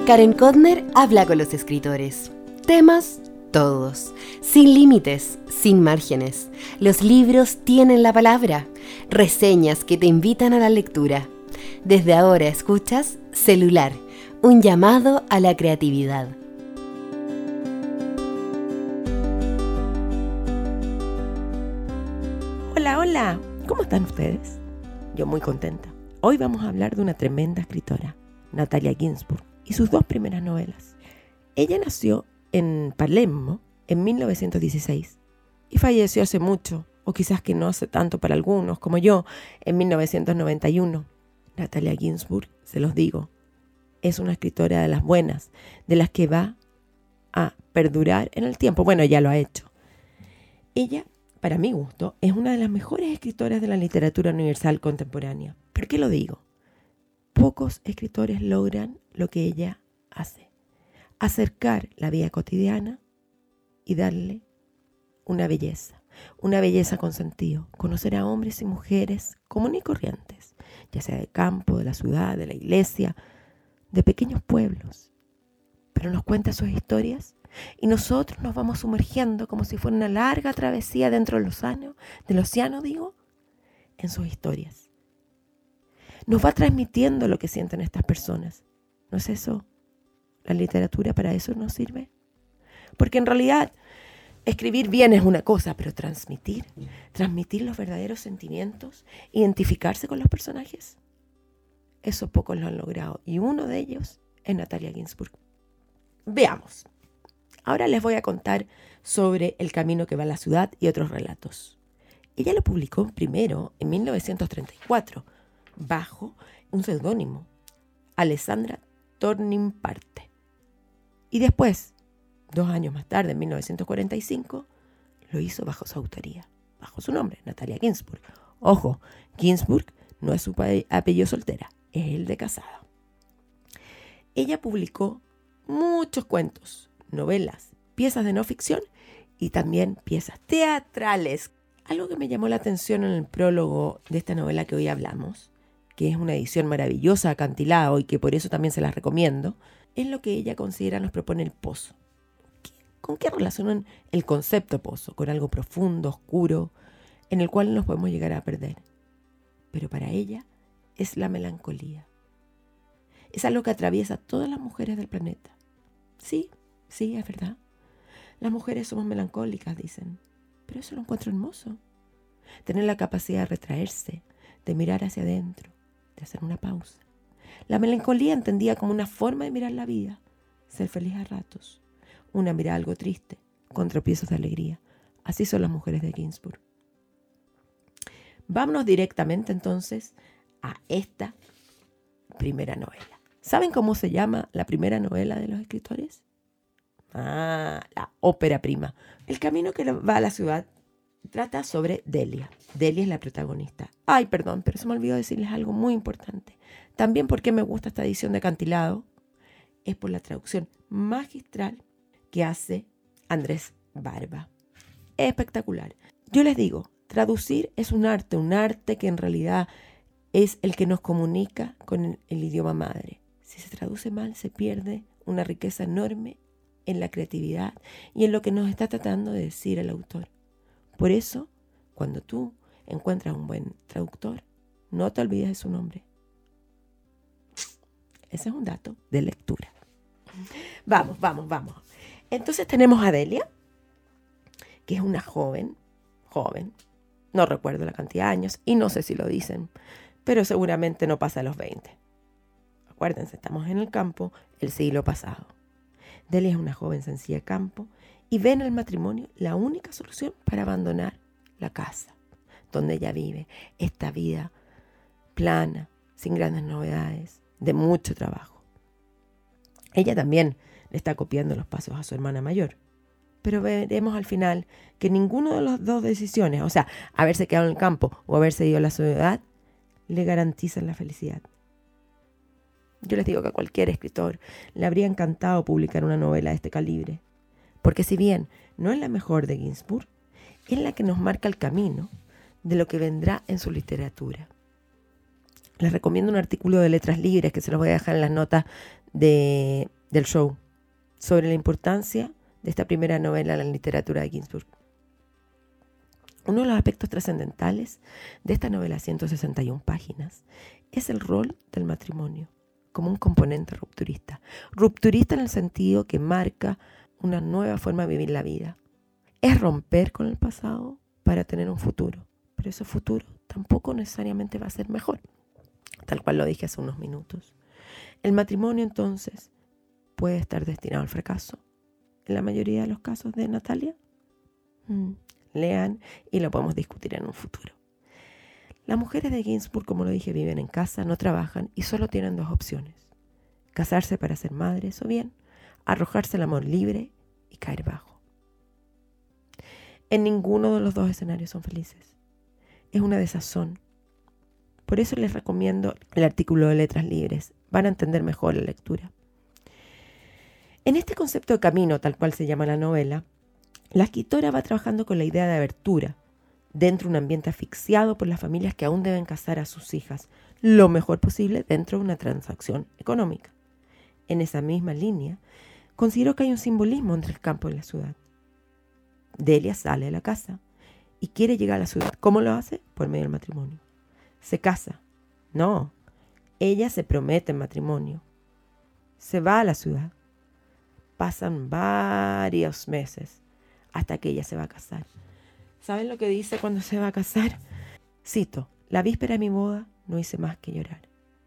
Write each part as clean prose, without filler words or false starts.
Karen Kodner habla con los escritores. Temas todos, sin límites, sin márgenes. Los libros tienen la palabra, reseñas que te invitan a la lectura. Desde ahora escuchas Celular, un llamado a la creatividad. Hola, hola, ¿cómo están ustedes? Yo muy contenta. Hoy vamos a hablar de una tremenda escritora, Natalia Ginzburg, y sus dos primeras novelas. Ella nació en Palermo en 1916 y falleció hace mucho, o quizás que no hace tanto para algunos, como yo, en 1991. Natalia Ginzburg, se los digo, es una escritora de las buenas, de las que va a perdurar en el tiempo. Bueno, ya lo ha hecho. Ella, para mi gusto, es una de las mejores escritoras de la literatura universal contemporánea. ¿Por qué lo digo? Pocos escritores logran lo que ella hace: acercar la vida cotidiana y darle una belleza con sentido, conocer a hombres y mujeres comunes y corrientes, ya sea de campo, de la ciudad, de la iglesia, de pequeños pueblos, pero nos cuenta sus historias y nosotros nos vamos sumergiendo como si fuera una larga travesía dentro del océano, en sus historias. Nos va transmitiendo lo que sienten estas personas. ¿No es eso? ¿La literatura para eso nos sirve? Porque en realidad escribir bien es una cosa, pero transmitir los verdaderos sentimientos, identificarse con los personajes, eso pocos lo han logrado. Y uno de ellos es Natalia Ginzburg. Veamos. Ahora les voy a contar sobre El camino que va a la ciudad y otros relatos. Ella lo publicó primero en 1934, bajo un seudónimo, Alessandra Tornimparte. Y después, 2 años más tarde, en 1945, lo hizo bajo su autoría, bajo su nombre, Natalia Ginzburg. Ojo, Ginzburg no es su apellido soltera, es el de casada. Ella publicó muchos cuentos, novelas, piezas de no ficción y también piezas teatrales. Algo que me llamó la atención en el prólogo de esta novela que hoy hablamos, que es una edición maravillosa, acantilado, y que por eso también se las recomiendo, es lo que ella considera nos propone el pozo. ¿Con qué relacionan el concepto pozo? Con algo profundo, oscuro, en el cual nos podemos llegar a perder. Pero para ella es la melancolía. Es algo que atraviesa a todas las mujeres del planeta. Sí, es verdad. Las mujeres somos melancólicas, dicen. Pero eso lo encuentro hermoso. Tener la capacidad de retraerse, de mirar hacia adentro, de hacer una pausa. La melancolía entendida como una forma de mirar la vida, ser feliz a ratos, una mirada algo triste, con tropiezos de alegría. Así son las mujeres de Ginzburg. Vámonos directamente entonces a esta primera novela. ¿Saben cómo se llama la primera novela de los escritores? La ópera prima. El camino que va a la ciudad trata sobre Delia. Delia es la protagonista. Pero se me olvidó decirles algo muy importante. También porque me gusta esta edición de acantilado es por la traducción magistral que hace Andrés Barba. Es espectacular. Yo les digo, traducir es un arte que en realidad es el que nos comunica con el idioma madre. Si se traduce mal, se pierde una riqueza enorme en la creatividad y en lo que nos está tratando de decir el autor. Por eso, cuando tú encuentras un buen traductor, no te olvides de su nombre. Ese es un dato de lectura. Vamos. Entonces tenemos a Delia, que es una joven, no recuerdo la cantidad de años y no sé si lo dicen, pero seguramente no pasa de los 20. Acuérdense, estamos en el campo, el siglo pasado. Delia es una joven sencilla de campo y ve en el matrimonio la única solución para abandonar la casa donde ella vive, esta vida plana, sin grandes novedades, de mucho trabajo. Ella también le está copiando los pasos a su hermana mayor, pero veremos al final que ninguna de las dos decisiones, o sea, haberse quedado en el campo o haberse ido a la ciudad, le garantizan la felicidad. Yo les digo que a cualquier escritor le habría encantado publicar una novela de este calibre, porque si bien no es la mejor de Ginzburg, es la que nos marca el camino de lo que vendrá en su literatura. Les recomiendo un artículo de Letras Libres que se los voy a dejar en las notas del show sobre la importancia de esta primera novela en la literatura de Ginsburg. Uno de los aspectos trascendentales de esta novela, 161 páginas, es el rol del matrimonio como un componente rupturista. Rupturista en el sentido que marca una nueva forma de vivir la vida. Es romper con el pasado para tener un futuro, pero ese futuro tampoco necesariamente va a ser mejor, tal cual lo dije hace unos minutos. El matrimonio entonces puede estar destinado al fracaso. En la mayoría de los casos de Natalia, lean y lo podemos discutir en un futuro. Las mujeres de Ginsburg, como lo dije, viven en casa, no trabajan y solo tienen dos opciones: casarse para ser madres o bien arrojarse al amor libre y caer bajo. En ninguno de los dos escenarios son felices. Es una desazón. Por eso les recomiendo el artículo de Letras Libres. Van a entender mejor la lectura. En este concepto de camino, tal cual se llama la novela, la escritora va trabajando con la idea de abertura dentro de un ambiente asfixiado por las familias que aún deben casar a sus hijas lo mejor posible dentro de una transacción económica. En esa misma línea, considero que hay un simbolismo entre el campo y la ciudad. Delia sale de la casa y quiere llegar a la ciudad. ¿Cómo lo hace? Por medio del matrimonio. ¿Se casa? No. Ella se promete en matrimonio. Se va a la ciudad. Pasan varios meses hasta que ella se va a casar. ¿Saben lo que dice cuando se va a casar? Cito: la víspera de mi boda no hice más que llorar.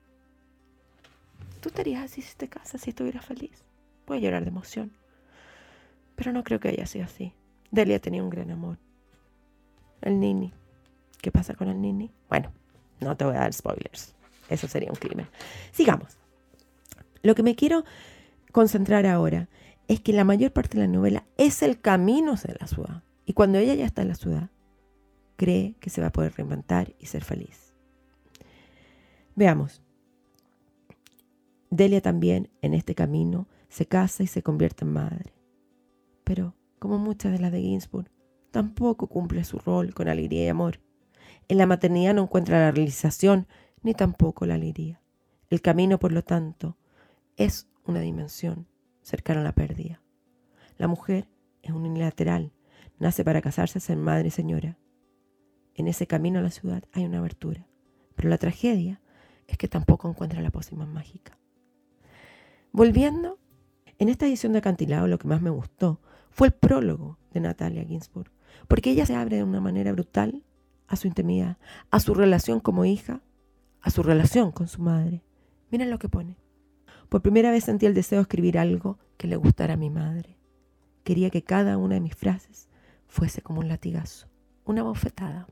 ¿Tú estarías así si te casas, si estuvieras feliz? Puedes llorar de emoción. Pero no creo que haya sido así. Delia tenía un gran amor. El Nini. ¿Qué pasa con el Nini? Bueno, no te voy a dar spoilers. Eso sería un crimen. Sigamos. Lo que me quiero concentrar ahora es que la mayor parte de la novela es el camino hacia la ciudad. Y cuando ella ya está en la ciudad, cree que se va a poder reinventar y ser feliz. Veamos. Delia también, en este camino, se casa y se convierte en madre. Pero, como muchas de las de Ginsburg, tampoco cumple su rol con alegría y amor. En la maternidad no encuentra la realización ni tampoco la alegría. El camino, por lo tanto, es una dimensión cercana a la pérdida. La mujer es unilateral, nace para casarse, ser madre y señora. En ese camino a la ciudad hay una abertura, pero la tragedia es que tampoco encuentra la pócima mágica. Volviendo, en esta edición de Acantilado lo que más me gustó fue el prólogo de Natalia Ginsburg, porque ella se abre de una manera brutal a su intimidad, a su relación como hija, a su relación con su madre. Miren lo que pone. Por primera vez sentí el deseo de escribir algo que le gustara a mi madre. Quería que cada una de mis frases fuese como un latigazo, una bofetada.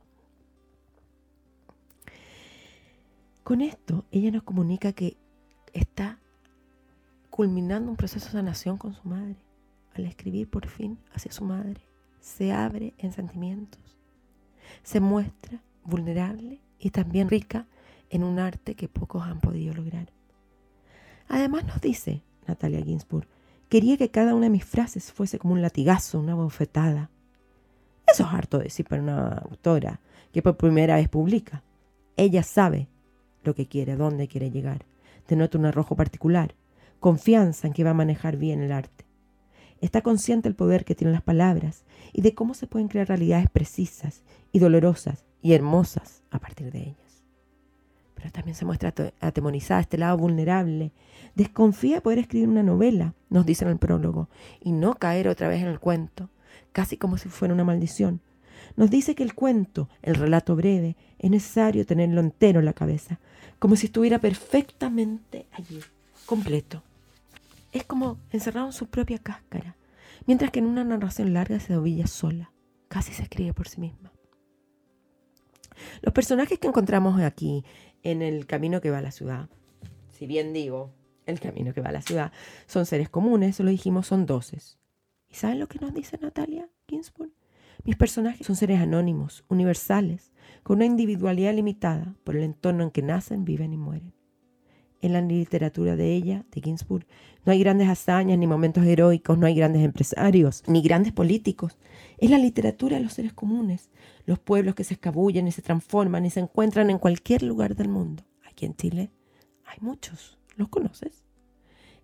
Con esto, ella nos comunica que está culminando un proceso de sanación con su madre. Al escribir por fin hacia su madre, se abre en sentimientos, se muestra vulnerable y también rica en un arte que pocos han podido lograr. Además nos dice Natalia Ginsburg, quería que cada una de mis frases fuese como un latigazo, una bofetada. Eso es harto decir para una autora que por primera vez publica. Ella sabe lo que quiere, dónde quiere llegar. Denota un arrojo particular, confianza en que va a manejar bien el arte. Está consciente del poder que tienen las palabras y de cómo se pueden crear realidades precisas y dolorosas y hermosas a partir de ellas. Pero también se muestra atemorizada, este lado vulnerable. Desconfía de poder escribir una novela, nos dice en el prólogo, y no caer otra vez en el cuento, casi como si fuera una maldición. Nos dice que el cuento, el relato breve, es necesario tenerlo entero en la cabeza, como si estuviera perfectamente allí, completo. Es como encerrado en su propia cáscara, mientras que en una narración larga se dobilla sola, casi se escribe por sí misma. Los personajes que encontramos aquí en el camino que va a la ciudad, si bien digo el camino que va a la ciudad, son seres comunes, eso lo dijimos, son 12. ¿Y saben lo que nos dice Natalia Ginsburg? Mis personajes son seres anónimos, universales, con una individualidad limitada por el entorno en que nacen, viven y mueren. En la literatura de ella, de Ginsburg, no hay grandes hazañas ni momentos heroicos, no hay grandes empresarios ni grandes políticos. Es la literatura de los seres comunes, los pueblos que se escabullen y se transforman y se encuentran en cualquier lugar del mundo. Aquí en Chile hay muchos, ¿los conoces?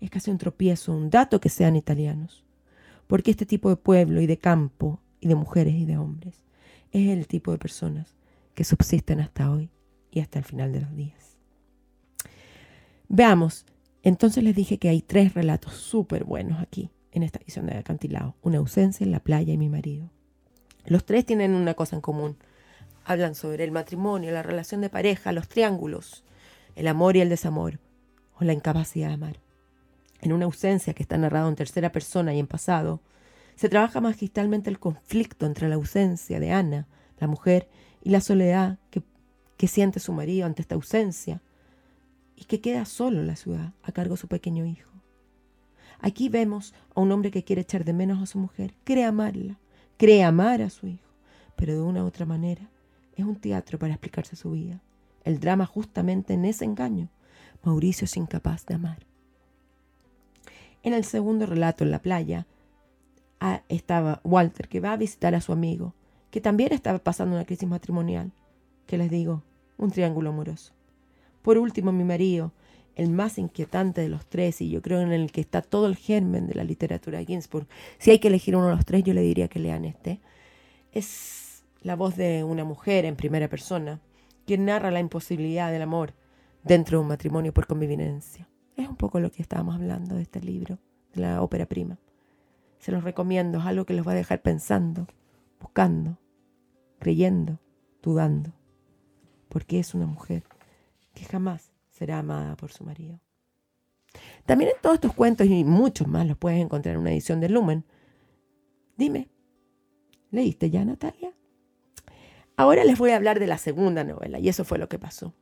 Es casi un tropiezo, un dato que sean italianos. Porque este tipo de pueblo y de campo, y de mujeres y de hombres, es el tipo de personas que subsisten hasta hoy y hasta el final de los días. Veamos, entonces les dije que hay 3 relatos súper buenos aquí, en esta edición de Acantilado. Una ausencia en la playa y mi marido. Los 3 tienen una cosa en común. Hablan sobre el matrimonio, la relación de pareja, los triángulos, el amor y el desamor, o la incapacidad de amar. En una ausencia que está narrado en tercera persona y en pasado, se trabaja magistralmente el conflicto entre la ausencia de Ana, la mujer, y la soledad que siente su marido ante esta ausencia y que queda solo en la ciudad a cargo de su pequeño hijo. Aquí vemos a un hombre que quiere echar de menos a su mujer, cree amarla, cree amar a su hijo, pero de una u otra manera es un teatro para explicarse su vida. El drama justamente en ese engaño. Mauricio es incapaz de amar. En el segundo relato, en la playa, estaba Walter, que va a visitar a su amigo, que también estaba pasando una crisis matrimonial. ¿Qué les digo? Un triángulo amoroso. Por último, mi marido, el más inquietante de los 3, y yo creo en el que está todo el germen de la literatura de Ginsburg. Si hay que elegir uno de los 3, yo le diría que lean este. Es la voz de una mujer en primera persona, quien narra la imposibilidad del amor dentro de un matrimonio por convivencia. Es un poco lo que estábamos hablando de este libro, de la ópera prima. Se los recomiendo, es algo que los va a dejar pensando, buscando, creyendo, dudando, porque es una mujer que jamás será amada por su marido. También en todos estos cuentos y muchos más los puedes encontrar en una edición de Lumen. Dime, ¿leíste ya, Natalia? Ahora les voy a hablar de la segunda novela, y eso fue lo que pasó.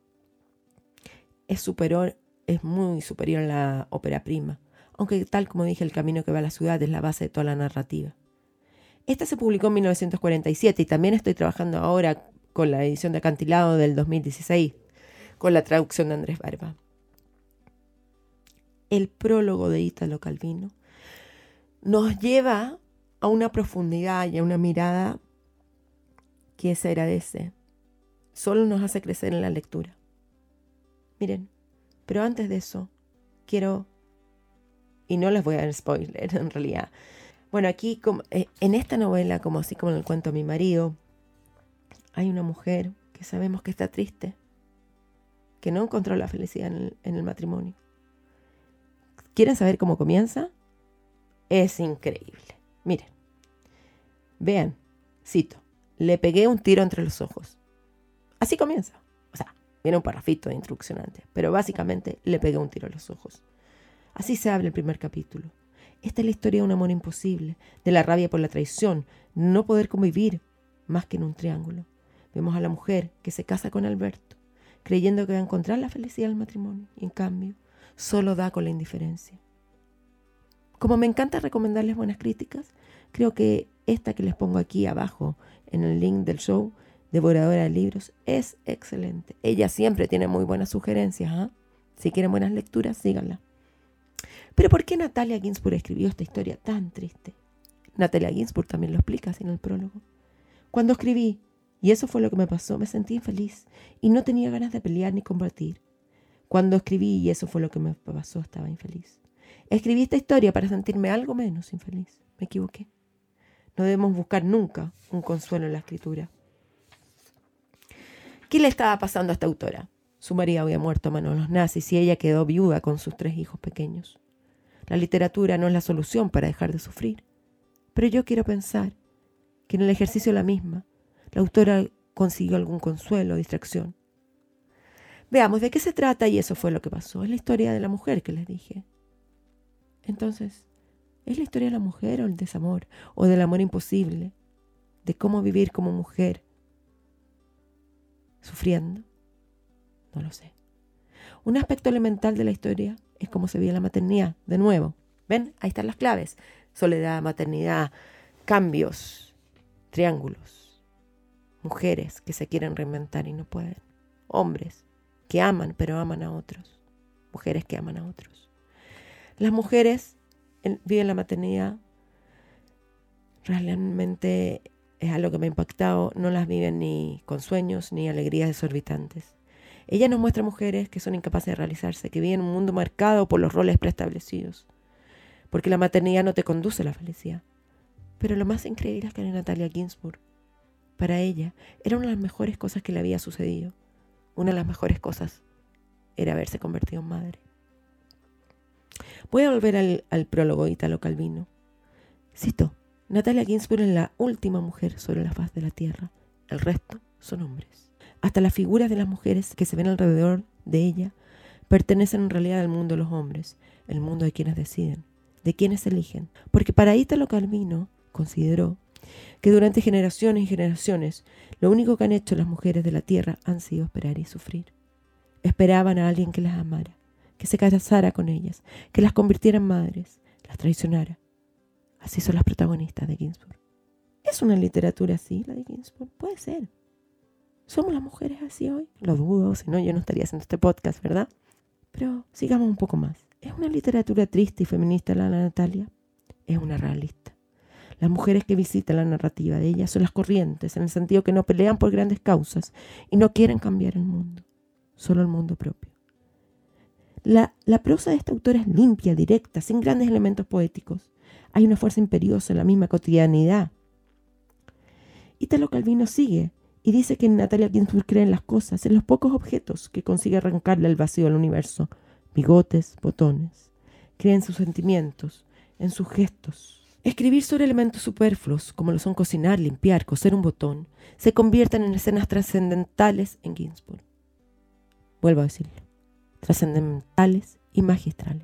Es muy superior a la ópera prima, aunque tal como dije, El camino que va a la ciudad es la base de toda la narrativa. Esta se publicó en 1947 y también estoy trabajando ahora con la edición de Acantilado del 2016, con la traducción de Andrés Barba. El prólogo de Ítalo Calvino nos lleva a una profundidad y a una mirada que se agradece. Solo nos hace crecer en la lectura. Miren, pero antes de eso, quiero, y no les voy a dar spoiler en realidad. Bueno, aquí en esta novela, como así como en el cuento Mi marido, hay una mujer que sabemos que está triste, que no encontró la felicidad en el matrimonio. ¿Quieren saber cómo comienza? Es increíble. Miren, vean, cito, le pegué un tiro entre los ojos. Así comienza. O sea, viene un parrafito de introducción antes, pero básicamente le pegué un tiro a los ojos. Así se abre el primer capítulo. Esta es la historia de un amor imposible, de la rabia por la traición, no poder convivir más que en un triángulo. Vemos a la mujer que se casa con Alberto, creyendo que va a encontrar la felicidad del matrimonio, y en cambio, solo da con la indiferencia. Como me encanta recomendarles buenas críticas, creo que esta que les pongo aquí abajo en el link del show, Devoradora de Libros, es excelente. Ella siempre tiene muy buenas sugerencias, ¿eh? Si quieren buenas lecturas, síganla. Pero ¿por qué Natalia Ginsburg escribió esta historia tan triste? Natalia Ginsburg también lo explica así en el prólogo. Cuando escribí, y eso fue lo que me pasó, me sentí infeliz y no tenía ganas de pelear ni combatir. Cuando escribí, y eso fue lo que me pasó, estaba infeliz. Escribí esta historia para sentirme algo menos infeliz. Me equivoqué. No debemos buscar nunca un consuelo en la escritura. ¿Qué le estaba pasando a esta autora? Su marido había muerto a manos de los nazis y ella quedó viuda con sus 3 hijos pequeños. La literatura no es la solución para dejar de sufrir, pero yo quiero pensar que en el ejercicio de la misma, la autora consiguió algún consuelo o distracción. Veamos de qué se trata, y eso fue lo que pasó. Es la historia de la mujer que les dije. Entonces, ¿es la historia de la mujer o el desamor? ¿O del amor imposible? ¿De cómo vivir como mujer sufriendo? No lo sé. Un aspecto elemental de la historia es cómo se vive la maternidad. De nuevo, ¿ven? Ahí están las claves. Soledad, maternidad, cambios, triángulos. Mujeres que se quieren reinventar y no pueden. Hombres que aman pero aman a otros. Mujeres que aman a otros. Las mujeres viven la maternidad. Realmente es algo que me ha impactado. No las viven ni con sueños ni alegrías desorbitantes. Ella nos muestra mujeres que son incapaces de realizarse, que viven en un mundo marcado por los roles preestablecidos, porque la maternidad no te conduce a la felicidad. Pero lo más increíble es que Natalia Ginzburg, para ella, era una de las mejores cosas que le había sucedido. Una de las mejores cosas era haberse convertido en madre. Voy a volver al prólogo de Italo Calvino. Cito: Natalia Ginzburg es la última mujer sobre la faz de la tierra. El resto son hombres. Hasta las figuras de las mujeres que se ven alrededor de ella pertenecen en realidad al mundo de los hombres, el mundo de quienes deciden, de quienes eligen. Porque para Italo Calvino consideró que durante generaciones y generaciones lo único que han hecho las mujeres de la tierra han sido esperar y sufrir. Esperaban a alguien que las amara, que se casara con ellas, que las convirtiera en madres, las traicionara. Así son las protagonistas de Ginzburg. ¿Es una literatura así la de Ginzburg? Puede ser. ¿Somos las mujeres así hoy? Lo dudo, si no yo no estaría haciendo este podcast, ¿verdad? Pero sigamos un poco más. ¿Es una literatura triste y feminista la de Natalia? Es una realista. Las mujeres que visitan la narrativa de ella son las corrientes, en el sentido que no pelean por grandes causas y no quieren cambiar el mundo, solo el mundo propio. La prosa de esta autora es limpia, directa, sin grandes elementos poéticos. Hay una fuerza imperiosa en la misma cotidianidad. Italo Calvino sigue y dice que Natalia Ginzburg cree en las cosas, en los pocos objetos que consigue arrancarle el vacío al universo. Bigotes, botones. Cree en sus sentimientos, en sus gestos. Escribir sobre elementos superfluos, como lo son cocinar, limpiar, coser un botón, se convierten en escenas trascendentales en Ginzburg. Vuelvo a decirlo. Trascendentales y magistrales.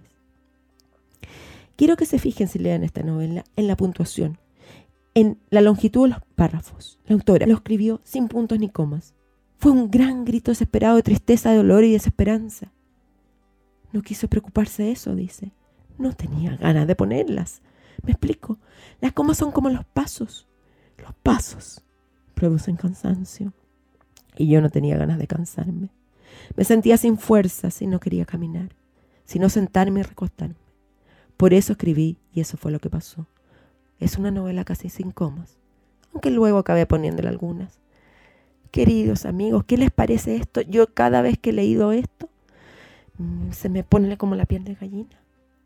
Quiero que se fijen, si lean esta novela, en la puntuación, en la longitud de los párrafos. La autora lo escribió sin puntos ni comas. Fue un gran grito desesperado de tristeza, de dolor y desesperanza. No quiso preocuparse de eso, dice. No tenía ganas de ponerlas. ¿Me explico? Las comas son como los pasos. Los pasos producen cansancio. Y yo no tenía ganas de cansarme. Me sentía sin fuerzas y no quería caminar, sino sentarme y recostarme. Por eso escribí y eso fue lo que pasó. Es una novela casi sin comas, aunque luego acabé poniéndole algunas. Queridos amigos, ¿qué les parece esto? Yo cada vez que he leído esto, se me pone como la piel de gallina.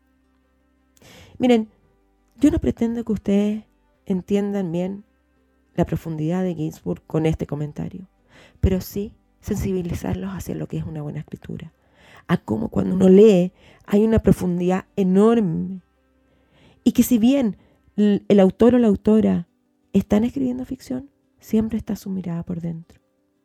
Miren, yo no pretendo que ustedes entiendan bien la profundidad de Ginzburg con este comentario, pero sí sensibilizarlos hacia lo que es una buena escritura, a cómo cuando uno lee hay una profundidad enorme, y que si bien el autor o la autora están escribiendo ficción, siempre está su mirada por dentro.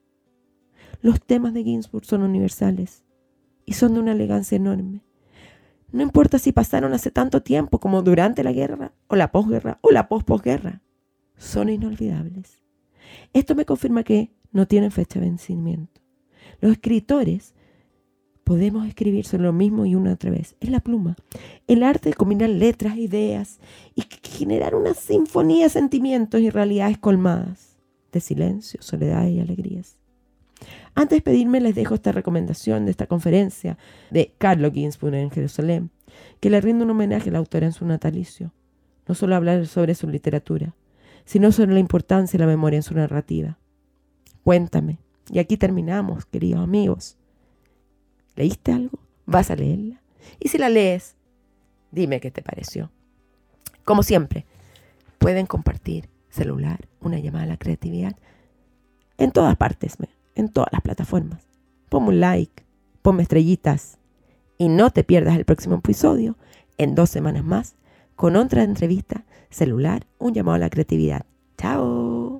Los temas de Ginzburg son universales y son de una elegancia enorme. No importa si pasaron hace tanto tiempo como durante la guerra, o la posguerra, o la posguerra, son inolvidables. Esto me confirma que no tienen fecha de vencimiento. Los escritores podemos escribir sobre lo mismo y una otra vez. Es la pluma, el arte de combinar letras, ideas y generar una sinfonía de sentimientos y realidades colmadas de silencio, soledad y alegrías. Antes de despedirme, les dejo esta recomendación de esta conferencia de Carlo Ginzburg en Jerusalén, que le rinde un homenaje a la autora en su natalicio. No solo hablar sobre su literatura, sino sobre la importancia de la memoria en su narrativa. Cuéntame, y aquí terminamos, queridos amigos. ¿Leíste algo? ¿Vas a leerla? Y si la lees, dime qué te pareció. Como siempre, pueden compartir celular, una llamada a la creatividad, en todas partes, en todas las plataformas. Ponme un like, ponme estrellitas y no te pierdas el próximo episodio en 2 semanas más con otra entrevista, celular, un llamado a la creatividad. ¡Chao!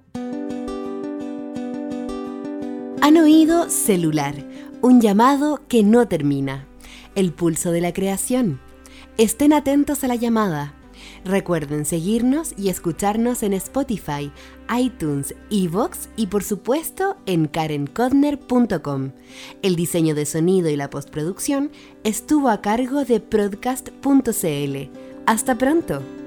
Han oído Celular, un llamado que no termina. El pulso de la creación. Estén atentos a la llamada. Recuerden seguirnos y escucharnos en Spotify, iTunes, iVoox y por supuesto en karenkodner.com. El diseño de sonido y la postproducción estuvo a cargo de Podcast.cl. ¡Hasta pronto!